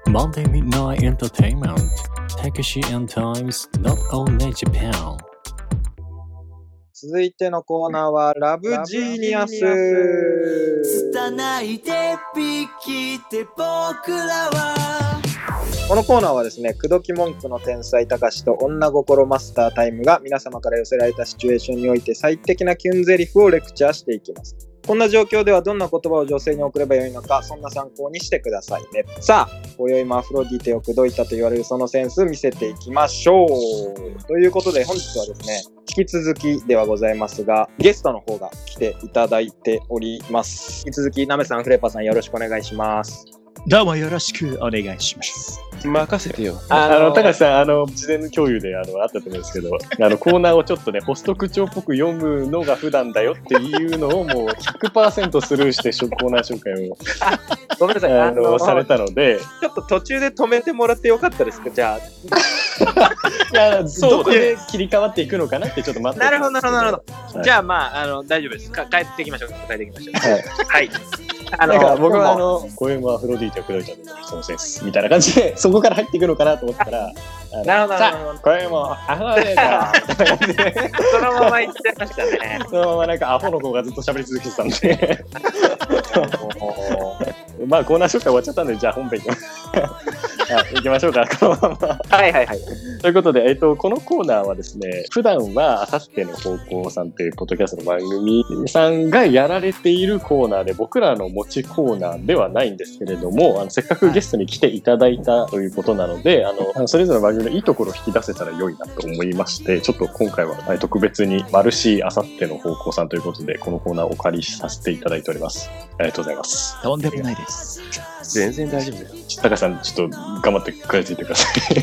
Monday Midnight Entertainment Takeshi and Times Not Only Japan 続いてのコーナーはラブジーニアス。 拙い手引きで僕らはこのコーナーはですね、口説き文句の天才たかしと女心マスタータイムが皆様から寄せられたシチュエーションにおいて最適なキュンゼリフをレクチャーしていきます。こんな状況ではどんな言葉を女性に送ればよいのか、そんな参考にしてくださいね。さあ、今宵もアフロディテを口説いたと言われるそのセンス見せていきましょう。ということで本日はですね、引き続きではございますが、ゲストの方が来ていただいております。引き続きナメさん、フレパさんよろしくお願いします。 どうもよろしくお願いします。 任せてよ。 高橋さん、事前共有であったと思うんですけど、コーナーをちょっとね、ホスト口調っぽく読むのが普段だよっていうのをもう 100% スルーしてコーナー紹介をごめんなさい、 されたので、 ちょっと途中で止めてもらってよかったですか、じゃあ。 いや、どこで切り替わっていくのかなってちょっと待って。 なるほど、なるほど、なるほど。 はい、 じゃあ、まあ、大丈夫です。帰ってきましょう。帰ってきましょう。 はい。 はい。 なんか僕はこういうアフロディーテを口説いたんですそのセンスみたいな感じでそこから入っていくのかなと思ったら、 なるほど、 さあこれもアフロディーテみたいな感じでそのまま言っちゃいましたね。 そのままなんかアホの子がずっと喋り続けてたんでまあコーナー紹介終わっちゃったんで、じゃあ本編行きましょうか。このままはいはいはい。 ということで、このコーナーはですね、普段はあさっての方向さんというポッドキャストの番組さんがやられているコーナーで、僕らの持ちコーナーではないんですけれども、せっかくゲストに来ていただいたということなので、それぞれの番組のいいところを引き出せたら良いなと思いまして、ちょっと今回は特別にマルシーあさっての方向さんということで、このコーナーをお借りさせていただいております。ありがとうございます。 とんでもないです。 全然大丈夫だよ。 高橋さん、ちょっと頑張って食らいついてください。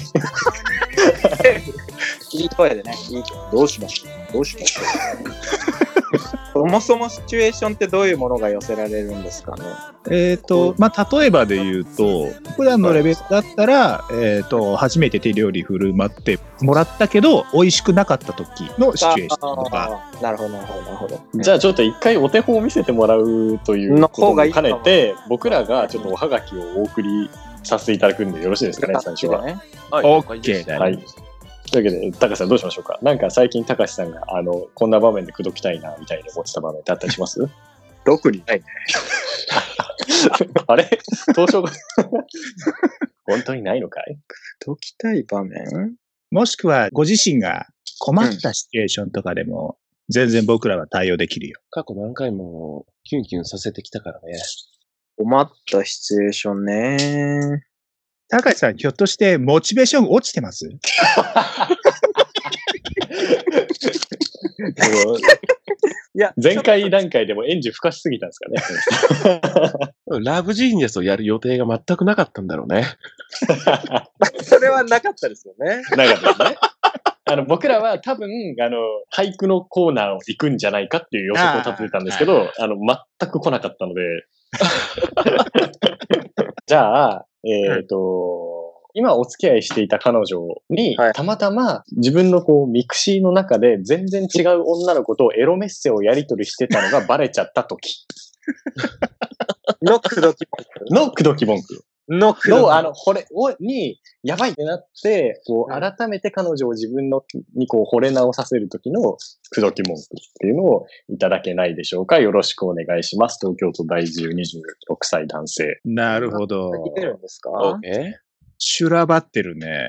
いい声でね、どうしましょう。どうしましょう。そもそもシチュエーションってどういうものが寄せられるんですかね。 まあ、例えばで言うと、普段のレベルだったら、初めて手料理振る舞ってもらったけど、美味しくなかった時のシチュエーションとか。 なるほど、なるほど、なるほど。 じゃあちょっと一回お手本を見せてもらうということも兼ねて、僕らがちょっとおはがきをお送りさせていただくんでよろしいですかね、最初は。 OK だね。 はい。というわけで、高橋さんどうしましょうか。なんか最近高橋さんがこんな場面で口説きたいなみたいに思ってた場面ってあったりします？ 特にないね。 あれ東証が本当にないのかい？ 口説きたい場面？ もしくはご自身が困ったシチュエーションとかでも、全然僕らは対応できるよ。 過去何回もキュンキュンさせてきたからね。 困ったシチュエーションね。 高橋さん、ひょっとしてモチベーション落ちてます？ いや、前回段階でもエンジン吹かしすぎたんですかね。 ラブジーニアスをやる予定が全くなかったんだろうね。 それはなかったですよね。 なかったですね。僕らは多分、俳句のコーナーを行くんじゃないかっていう予測を立ててたんですけど、全く来なかったので。じゃあ、今お付き合いしていた彼女に、たまたま自分のミクシーの中で全然違う女の子とエロメッセをやり取りしてたのがバレちゃった時の口説き文句。 これに、やばいってなって、改めて彼女を自分に惚れ直させる時の口説き文句っていうのをいただけないでしょうか。よろしくお願いします。東京都在住26歳男性。 なるほど。 聞いてるんですか？ 修羅場ってるね。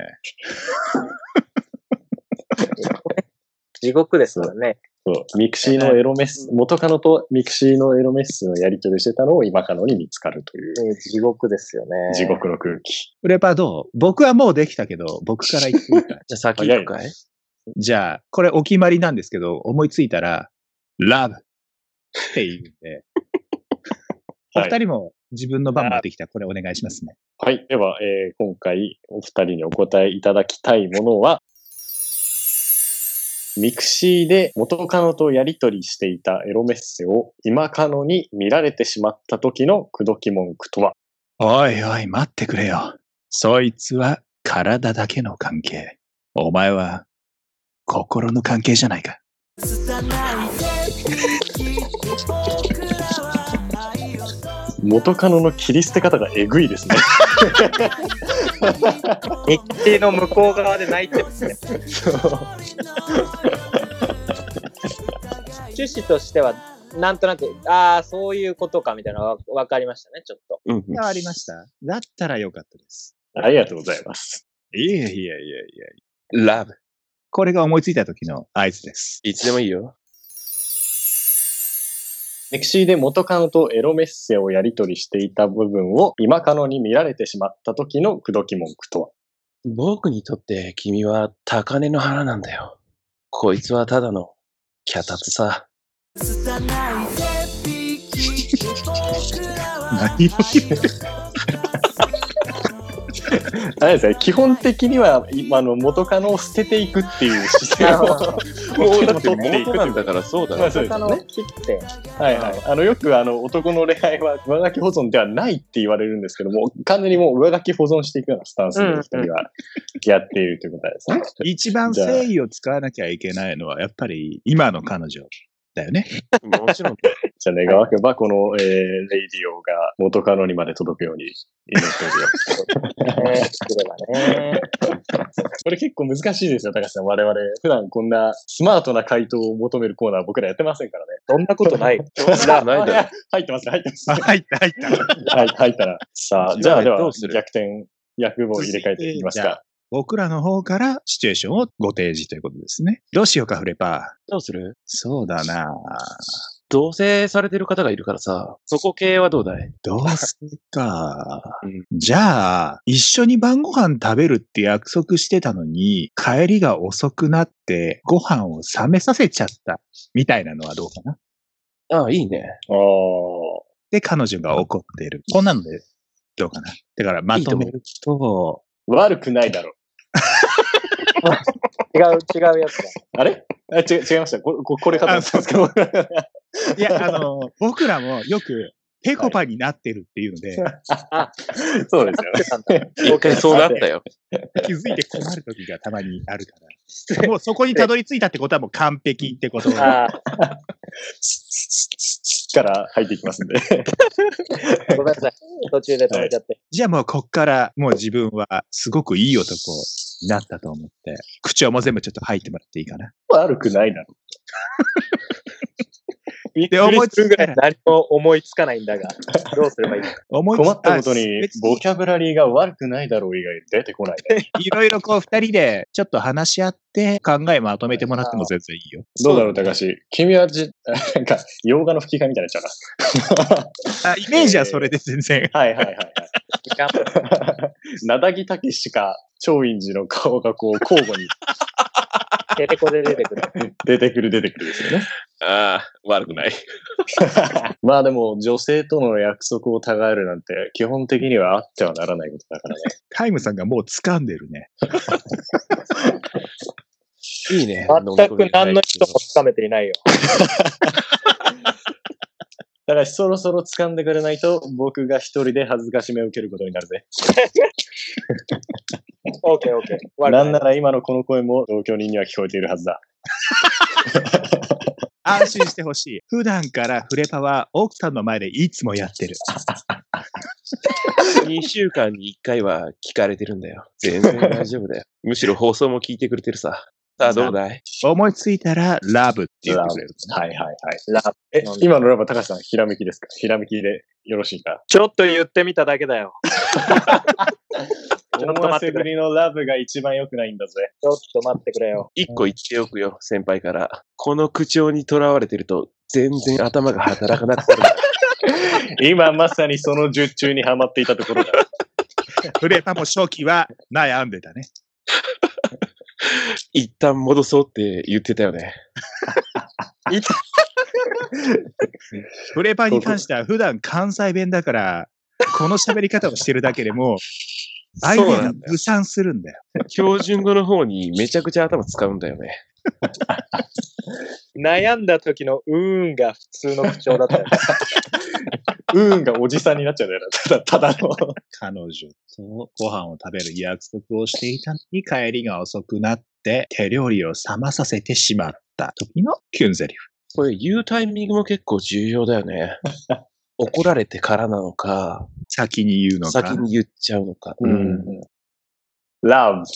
地獄ですからね。 ミクシーのエロメッセ、元カノとミクシーのエロメッセのやり取りしてたのを今カノに見つかるという。 地獄ですよね。 地獄の空気。 フレパどう？僕はもうできたけど、僕から言っていいか。 じゃあ先行くかい？ じゃあ、これお決まりなんですけど、思いついたら、ラブって言うんで、お二人も自分の番持ってきたらこれお願いしますね。 はい。では、今回お二人にお答えいただきたいものは、ミクシーで元カノとやり取りしていたエロメッセを今カノに見られてしまった時の口説き文句とは？ おいおい待ってくれよ。そいつは体だけの関係。お前は心の関係じゃないか。 元カノの切り捨て方がえぐいですね。 日記の向こう側で泣いてるんですね。趣旨としては、なんとなく、ああ、そういうことかみたいなのが分かりましたね、ちょっと。 うんうん。 ありましただったらよかったです。 ありがとうございます。 いやいやいやいや。 ラブ。 これが思いついた時の合図です。 いつでもいいよ。 歴史で元カノとエロメッセをやり取りしていた部分を今カノに見られてしまった時の口説き文句とは？ 僕にとって君は高嶺の花なんだよ。こいつはただの脚立さ。 何を言うあれですね、基本的には今の元カノを捨てていくっていう姿勢をもうだって元なんだからそうだろ。 そうです元カノを切って。 はいはい。よく男の恋愛は上書き保存ではないって言われるんですけども、完全にもう上書き保存していくようなスタンスで二人はやっているということですね。 一番誠意を使わなきゃいけないのは、やっぱり今の彼女だよね。 もちろん。 じゃあ願わけば、この、レイディオが元カノにまで届くように祈っておるよ。 すればね。 これ結構難しいですよ、高橋さん。我々、普段こんなスマートな回答を求めるコーナー僕らやってませんからね。 そんなことない。 ないだろ。 入ってますね、入ってますね。 入った。 はい、入ったら。さあ、じゃあではどうする逆転、役を入れ替えていきますか。 僕らの方からシチュエーションをご提示ということですね。どうしようか、フレパー。 どうする？ そうだな。 同棲されてる方がいるからさ、そこ系はどうだい？ どうするか。 うんじゃあ、一緒に晩ご飯食べるって約束してたのに、帰りが遅くなってご飯を冷めさせちゃったみたいなのはどうかな。 ああ、いいね。 で、彼女が怒ってる。こんなのでどうかな。だからまとめると、 悪くないだろう。 違うやつだ。 あれ違いました。これかと思ったんですけど。 いや、僕らもよく、ペコパになってるっていうので、 そうですよね。 一回そうなったよ。 気づいて困る時がたまにあるから。もうそこにたどり着いたってことはもう完璧ってこと。 あから入っていきますんで。 ごめんなさい。途中で止めちゃって。 じゃあもうこっからもう自分はすごくいい男になったと思って、口調も全部ちょっと入ってもらっていいかな。 悪くないだろ。 で、思いつくぐらい何も思いつかないんだが、どうすればいいのか。 困ったことに、ボキャブラリーが悪くないだろう以外出てこないね。 いろいろこう二人でちょっと話し合って考えまとめてもらっても全然いいよ。 どうだろう、高橋。君はなんか、洋画の吹き替えみたいになっちゃうな。 イメージはそれで全然。 はいはいはいはい。なだぎたけしか松陰寺の顔がこう交互にテレコで出てくる。 出てくるですよね。 ああ、悪くない。 まあでも女性との約束を違えるなんて基本的にはあってはならないことだからね。 タイムさんがもう掴んでるね。 いいね。 全く何の人もつかめていないよ。 だからそろそろ掴んでくれないと僕が一人で恥ずかしめを受けることになるぜ。 オーケー。 なんなら今のこの声も同居人には聞こえているはずだ。 安心してほしい。普段からフレパは奥さんの前でいつもやってる。 2週間に1回は聞かれてるんだよ。全然大丈夫だよ。むしろ放送も聞いてくれてるさ。さあ、どうだい？ 思いついたらラブって言ってくれる。 はいはいはい。 ラブ。 今のラブは高橋さん、ひらめきですか？ひらめきでよろしいか？ ちょっと言ってみただけだよ。 ちょっと待ってくれ。のラブが一番良くないんだぜ。 ちょっと待ってくれよ。 1個言っておくよ、先輩から。この口調にとらわれてると、全然頭が働かなくなる。 今まさにその術中にはまっていたところだ。 フレパも初期は悩んでたね。 一旦戻そうって言ってたよね。 フレパに関しては普段関西弁だから、この喋り方をしてるだけでも、相手が無産するんだよ。 標準語の方にめちゃくちゃ頭使うんだよね。 悩んだ時のが普通の口調だったよ。 がおじさんになっちゃうんだよな。ただの。 彼女とご飯を食べる約束をしていたのに帰りが遅くなって手料理を冷まさせてしまった時のキュンゼリフ。 これ言うタイミングも結構重要だよね。 怒られてからなのか、 先に言うのか。 先に言っちゃうのか。 ラブ。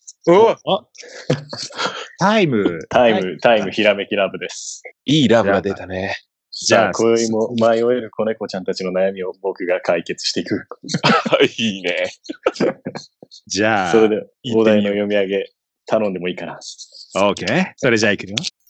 タイム、 ひらめきラブです。 いいラブが出たね。 じゃあ、今宵も迷える子猫ちゃんたちの悩みを僕が解決していく。 いいね。 じゃあ、 それで、お題の読み上げ、頼んでもいいかな。 OK。それじゃあ行くよ。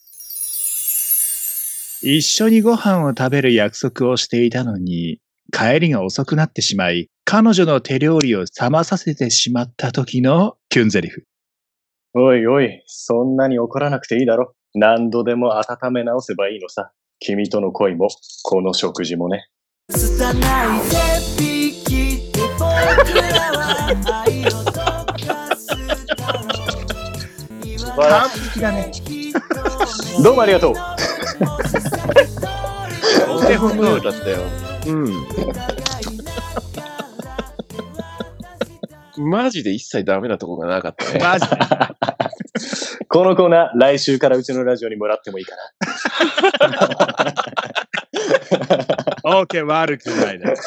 一緒にご飯を食べる約束をしていたのに、帰りが遅くなってしまい、彼女の手料理を冷まさせてしまった時のキュンゼリフ。 おいおい、そんなに怒らなくていいだろ。何度でも温め直せばいいのさ。君との恋も、この食事もね。 拙い手引きで僕らは愛を溶かすだろう。 完璧だね。 どうもありがとう。 お手本のようだったよ。マジで一切ダメなとこがなかったね。 マジで。 このコーナー、来週からうちのラジオにもらってもいいかな。 OK、悪くないです。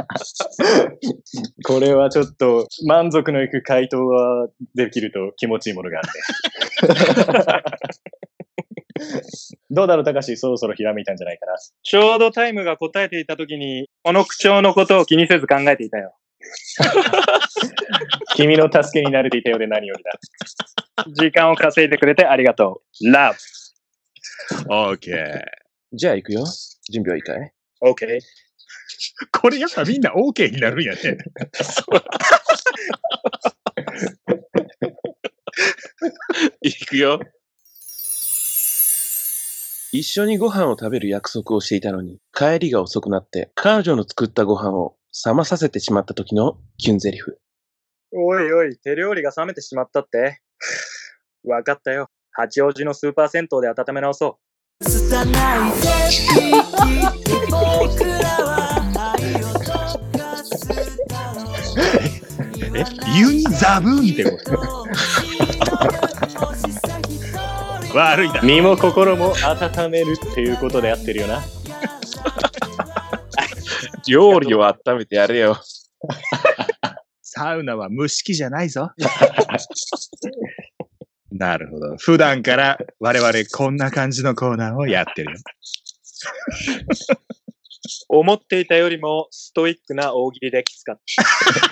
これはちょっと満足のいく回答ができると気持ちいいものがあって。どうだろう、高橋、そろそろひらめいたんじゃないかな。 ちょうどタイムが答えていたときに、この口調のことを気にせず考えていたよ。 君の助けになれていたようで何よりだ。 時間を稼いでくれてありがとう。ラブ。 OK。 じゃあ行くよ。準備はいいかい？ OK。 これやっぱみんな OK になるんやね。 行くよ。一緒にご飯を食べる約束をしていたのに、帰りが遅くなって彼女の作ったご飯を冷まさせてしまった時のキュンゼリフ。 おいおい、手料理が冷めてしまったって。わかったよ。八王子のスーパー銭湯で温め直そう。 拙い手引きで僕らは愛を溶かすだろう。 ユンザブーンってこと。悪いな。 身も心も温めるっていうことで合ってるよな。 料理を温めてやれよ。 サウナは蒸し器じゃないぞ。なるほど。普段から我々こんな感じのコーナーをやってるよ。 思っていたよりもストイックな大喜利できつかった。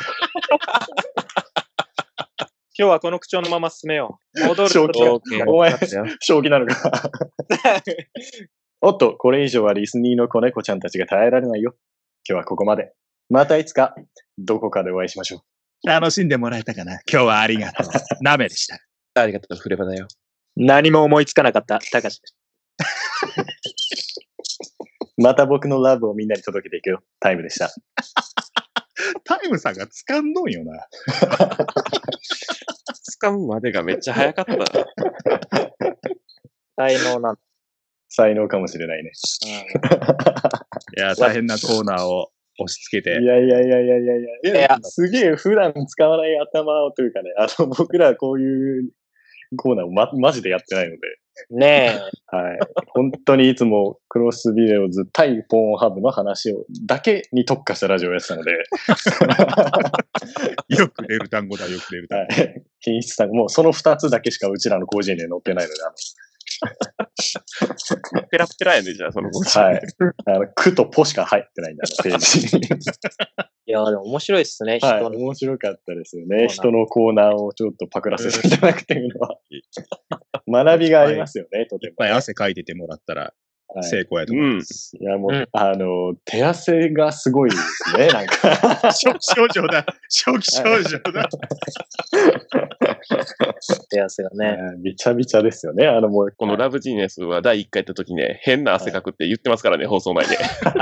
今日はこの口調のまま進めよう。戻る正気とお前、正気なのか。おっと、これ以上はリスニーの子猫ちゃんたちが耐えられないよ。今日はここまで。またいつか、どこかでお会いしましょう。 楽しんでもらえたかな。今日はありがとう。ナメでした。 ありがとう、フレバだよ。 何も思いつかなかった、たかし。 また僕のラブをみんなに届けていくよ。タイムでした。 タイムさんが掴んどんよな。 掴むまでがめっちゃ早かったな。 才能なんだ。 才能かもしれないね。 いや、大変なコーナーを押し付けて。 いや、すげえ普段使わない頭というかね、僕らこういうコーナーをマジでやってないので。 ねえ。はい。本当にいつもクロスビデオズ対ポーンハブの話をだけに特化したラジオをやってたので。 よく出る単語だ、よく出る単語。 はい。品質単語、もうその2つだけしかうちらの個人で載ってないので、 ペラペラやね、じゃあ、そのはい。くとポしか入ってないんだ、ページに。 いや、でも面白いっすね、 はい。面白かったですよね。人のコーナーをちょっとパクらせていただくっていうのは。学びがありますよね、とても。 いっぱい汗かいててもらったら成功やと思います。 いや、もう、手汗がすごいですね、なんか。 初期症状だ。初期症状だ。 手汗がね。 びちゃびちゃですよね、もう。 このラブジーネスは第1回やった時ね、変な汗かくって言ってますからね、放送前で。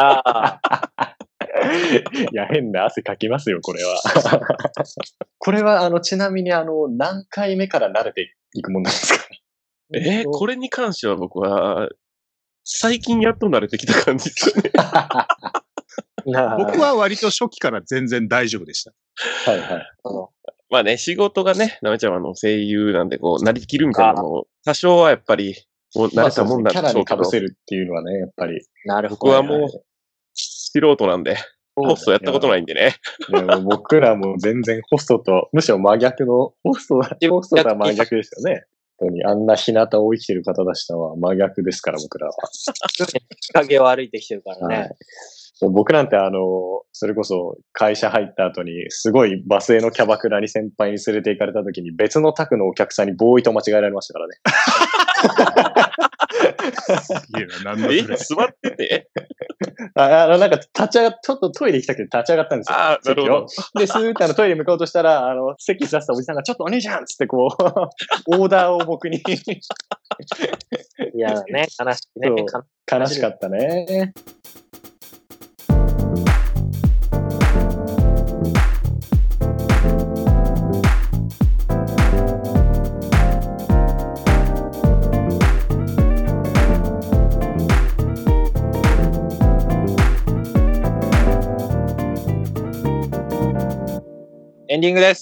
いや、変な汗かきますよ、これは。これは、ちなみに、何回目から慣れていくもんなんですか？ これに関しては僕は、最近やっと慣れてきた感じですよね。 僕は割と初期から全然大丈夫でした。 はいはい。 まあね、仕事がね、なめちゃんは声優なんで、こう、なりきるみたいなのも、多少はやっぱり、もう慣れたもんなんでしょうけど。 キャラに被せるっていうのはね、やっぱり。 なるほど。 僕はもう、 素人なんで、ホストやったことないんでね。 でも僕らも全然ホストと、むしろ真逆の、ホストとは真逆ですよね。本当に、あんな日向を生きてる方たちとは真逆ですから、僕らは。 日陰を歩いてきてるからね。 はい。もう僕なんてそれこそ会社入った後に、すごいバスへのキャバクラに先輩に連れて行かれた時に別の宅のお客さんにボーイと間違えられましたからね。 いや、なんだそれ。 座っててなんか立ち上がっちょっとトイレ行きたくて立ち上がったんですよ。 ああ、なるほど。 で、スーッてトイレ向かおうとしたら、席座ってたおじさんが、ちょっとお兄ちゃんっつってこう、オーダーを僕に。 いやね、悲しいね。 悲しかったね。 エンディングです。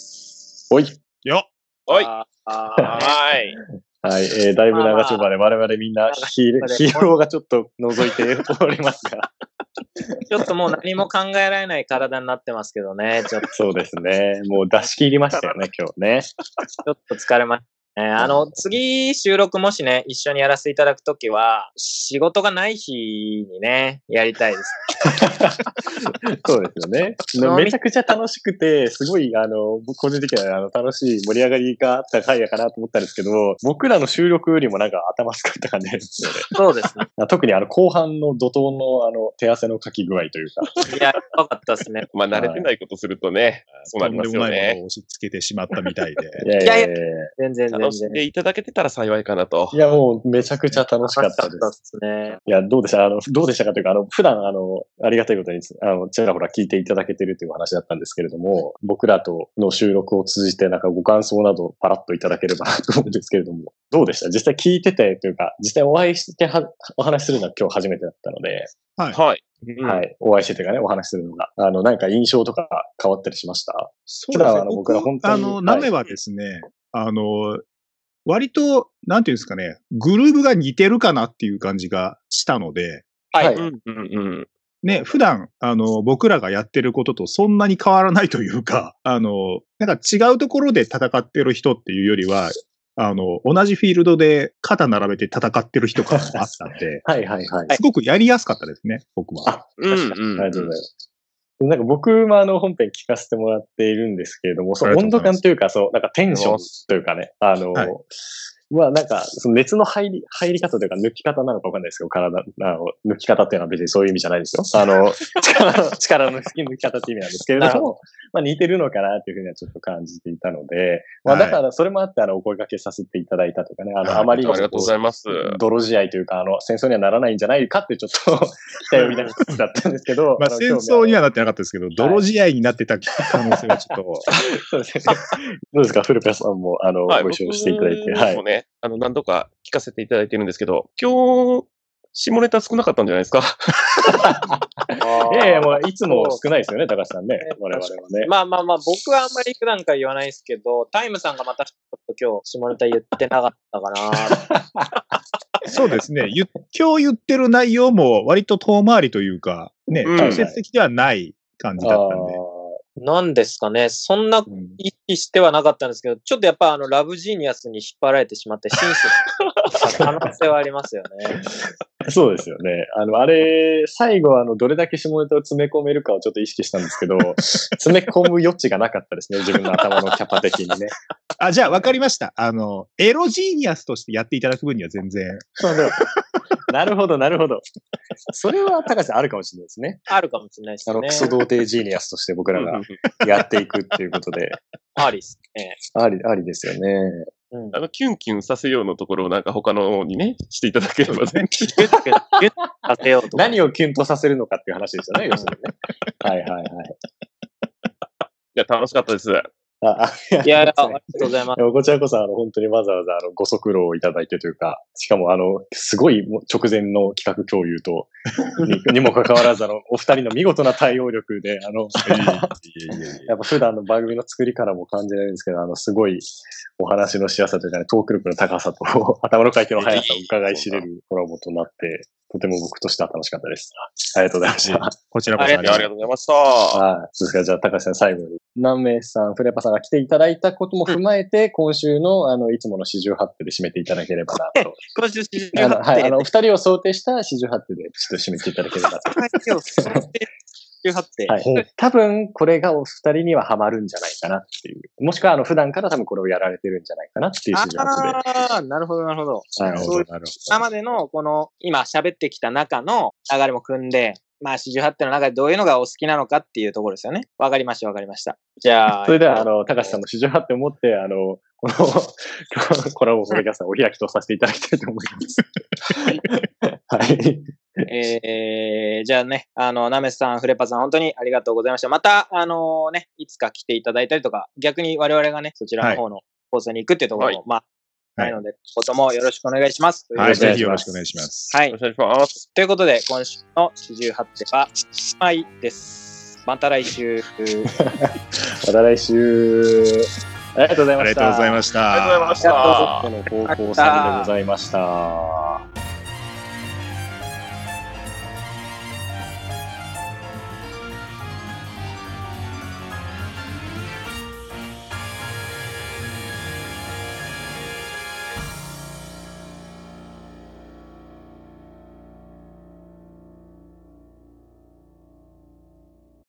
おい。 よおい。 はい。 はい、だいぶ長丁場で我々みんなヒーローがちょっと覗いておりますが。 ちょっともう何も考えられない体になってますけどね。ちょっとそうですね。もう出し切りましたよね、今日ね。 ちょっと疲れました。次収録もしね、一緒にやらせていただくときは、仕事がない日にね、やりたいです。 そうですよね。めちゃくちゃ楽しくて、すごい、僕個人的には楽しい盛り上がりがあった回やかなと思ったんですけど、僕らの収録よりもなんか頭使った感じですよね。 そうですね。 特に後半の怒涛の手汗のかき具合というか。 いや、よかったですね。 まあ慣れてないことするとね、そうなりますよとんでもないものね。 を押し付けてしまったみたいで。 いや全然。 楽しんでいただけてたら幸いかなと。 いや、もうめちゃくちゃ楽しかったです。 ね。 いや、どうでしたかというか、普段ありがたいことに、ちらほら聞いていただけてるという話だったんですけれども、僕らとの収録を通じてなんかご感想などパラッといただければなと思うんですけれども、どうでした？実際聞いててというか、実際お会いしてお話しするのは今日初めてだったので、 はい。 はい。 はい。お会いしてというかね、お話しするのが。なんか印象とか変わったりしました？ そうですね。 僕ら本当に。 ナメはですね、割と、なんていうんですかね、グルーブが似てるかなっていう感じがしたので、 はい。 ね、普段、僕らがやってることとそんなに変わらないというか、なんか違うところで戦ってる人っていうよりは、同じフィールドで肩並べて戦ってる人感があったんで、 はい。 すごくやりやすかったですね、僕は。 あ、確かに。ありがとうございます。なんか僕も本編聞かせてもらっているんですけれども、その温度感というか、なんかテンションというかね、なんか、その熱の入り方というか、抜き方なのかわかんないですけど、抜き方っていうのは別にそういう意味じゃないですよ。力の抜き方っていう意味なんですけれども、まあ似てるのかなっていうふうにはちょっと感じていたので、まあだからそれもあってお声掛けさせていただいたというかね、あまりにもありがとうございます。 泥試合というか、戦争にはならないんじゃないかってちょっと期待を抱きつつだったんですけど、 まあ戦争にはなってなかったですけど、泥試合になってた可能性はちょっと。 そうですね。どうですか、古川さんもご一緒していただいて。 はい。僕もね、何度か聞かせていただいてるんですけど、今日、下ネタ少なかったんじゃないですか？ いや、もういつも少ないですよね、高橋さんね。我々はね。 まあ、僕はあんまり普段から言わないですけど、タイムさんがまたちょっと今日下ネタ言ってなかったかな。 そうですね。今日言ってる内容も割と遠回りというか、ね、直接的ではない感じだったんで。 なんですかね。そんな意識してはなかったんですけど、ちょっとやっぱラブジーニアスに引っ張られてしまって、真摯な可能性はありますよね。 そうですよね。最後どれだけ下ネタを詰め込めるかをちょっと意識したんですけど、詰め込む余地がなかったですね。自分の頭のキャパ的にね。 じゃあ分かりました。エロジーニアスとしてやっていただく分には全然。 なるほど。それは高橋さんあるかもしれないですね。 あるかもしれないですね。 クソ童貞ジーニアスとして僕らがやっていくっていうことで。 ありですね。 ありですよね。 キュンキュンさせようのところをなんか他のにね、していただければね。 何をキュンとさせるのかっていう話ですよね、要するにね。はい。 いや、楽しかったです。 いや、ありがとうございます。 こちらこそ、本当にわざわざ、ご足労いただいてというか、しかも、すごい直前の企画共有と、にもかかわらず、お二人の見事な対応力で、やっぱ普段の番組の作りからも感じられるんですけど、すごいお話のしやすさというかね、トーク力の高さと、頭の回転の速さを伺い知れるコラボとなって、とても僕としては楽しかったです。ありがとうございました。 こちらこそありがとうございました。 はい。そうですか。じゃあ、高橋さん最後に。南明さん、フレパさんが来ていただいたことも踏まえて、今週の、いつもの四十八手で締めていただければなと。 今週四十八手。 はい。二人を想定した四十八手で、ちょっと締めていただければと。はい。多分、これがお二人にはハマるんじゃないかなっていう。もしくは、普段から多分これをやられてるんじゃないかなっていう四十八手で。 ああ、なるほど、なるほど。 なるほど、なるほど。 今までの、この、今喋ってきた中の流れも組んで、まあ、四十八手の中でどういうのがお好きなのかっていうところですよね。わかりました、わかりました。じゃあ。 それでは、高橋さんの四十八手を持って、このコラボポッドキャストをお開きとさせていただきたいと思います。はい。 じゃあね、ナメスさん、フレパさん、本当にありがとうございました。また、いつか来ていただいたりとか、逆に我々がね、そちらの方の放送に行くっていうところも、まあ、ないので、今後ともよろしくお願いします。 はい、ぜひよろしくお願いします。 はい。 よろしくお願いします。 ということで、今週の四十八手は、しまいです。また来週。 また来週。ありがとうございました。 ありがとうございました。 ありがとうございました。 この高校さんでございました。